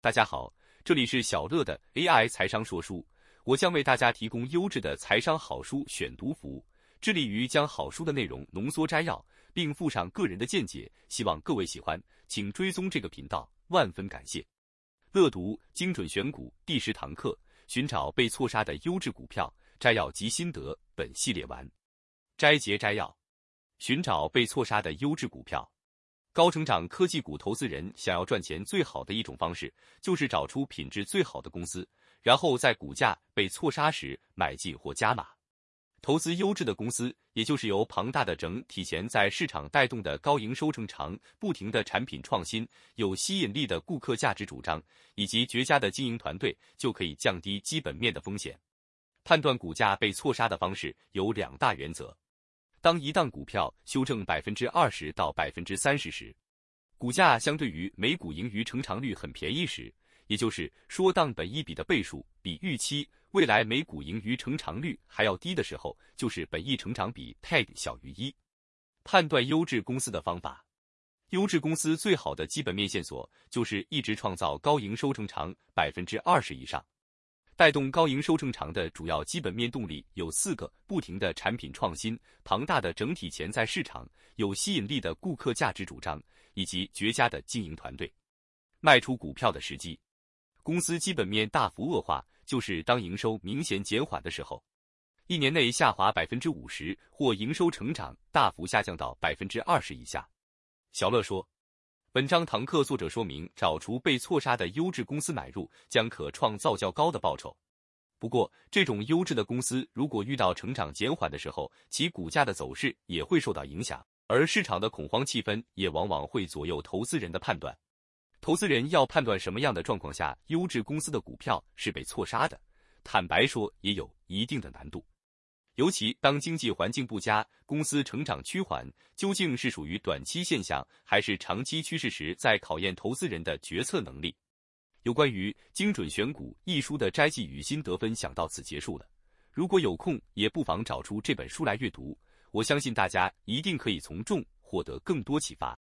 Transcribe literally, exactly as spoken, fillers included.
大家好，这里是小乐的 A I 财商说书，我将为大家提供优质的财商好书选读服务，致力于将好书的内容浓缩摘要，并附上个人的见解，希望各位喜欢，请追踪这个频道，万分感谢。乐读精准选股第十堂课，寻找被错杀的优质股票，摘要及心得，本系列完。摘节摘要：寻找被错杀的优质股票。高成长科技股投资人想要赚钱最好的一种方式，就是找出品质最好的公司，然后在股价被错杀时买进或加码。投资优质的公司，也就是由庞大的整体钱在市场带动的高营收成长、不停的产品创新、有吸引力的顾客价值主张，以及绝佳的经营团队，就可以降低基本面的风险。判断股价被错杀的方式有两大原则。当一档股票修正 百分之二十 到 百分之三十 时，股价相对于每股盈余成长率很便宜时，也就是说当本益比的倍数比预期未来每股盈余成长率还要低的时候，就是本益成长比 P E G 小于一。判断优质公司的方法。优质公司最好的基本面线索就是一直创造高营收成长 百分之二十 以上。带动高营收成长的主要基本面动力有四个：不停的产品创新、庞大的整体潜在市场、有吸引力的顾客价值主张，以及绝佳的经营团队。卖出股票的时机。公司基本面大幅恶化，就是当营收明显减缓的时候，一年内下滑 百分之五十 或营收成长大幅下降到 百分之二十 以下。小乐说，本章堂课作者说明，找出被错杀的优质公司买入，将可创造较高的报酬。不过，这种优质的公司如果遇到成长减缓的时候，其股价的走势也会受到影响，而市场的恐慌气氛也往往会左右投资人的判断。投资人要判断什么样的状况下优质公司的股票是被错杀的，坦白说也有一定的难度。尤其当经济环境不佳，公司成长趋缓，究竟是属于短期现象还是长期趋势时，在考验投资人的决策能力。有关于《精准选股》一书的摘记与心得分享到此结束了。如果有空，也不妨找出这本书来阅读，我相信大家一定可以从中获得更多启发。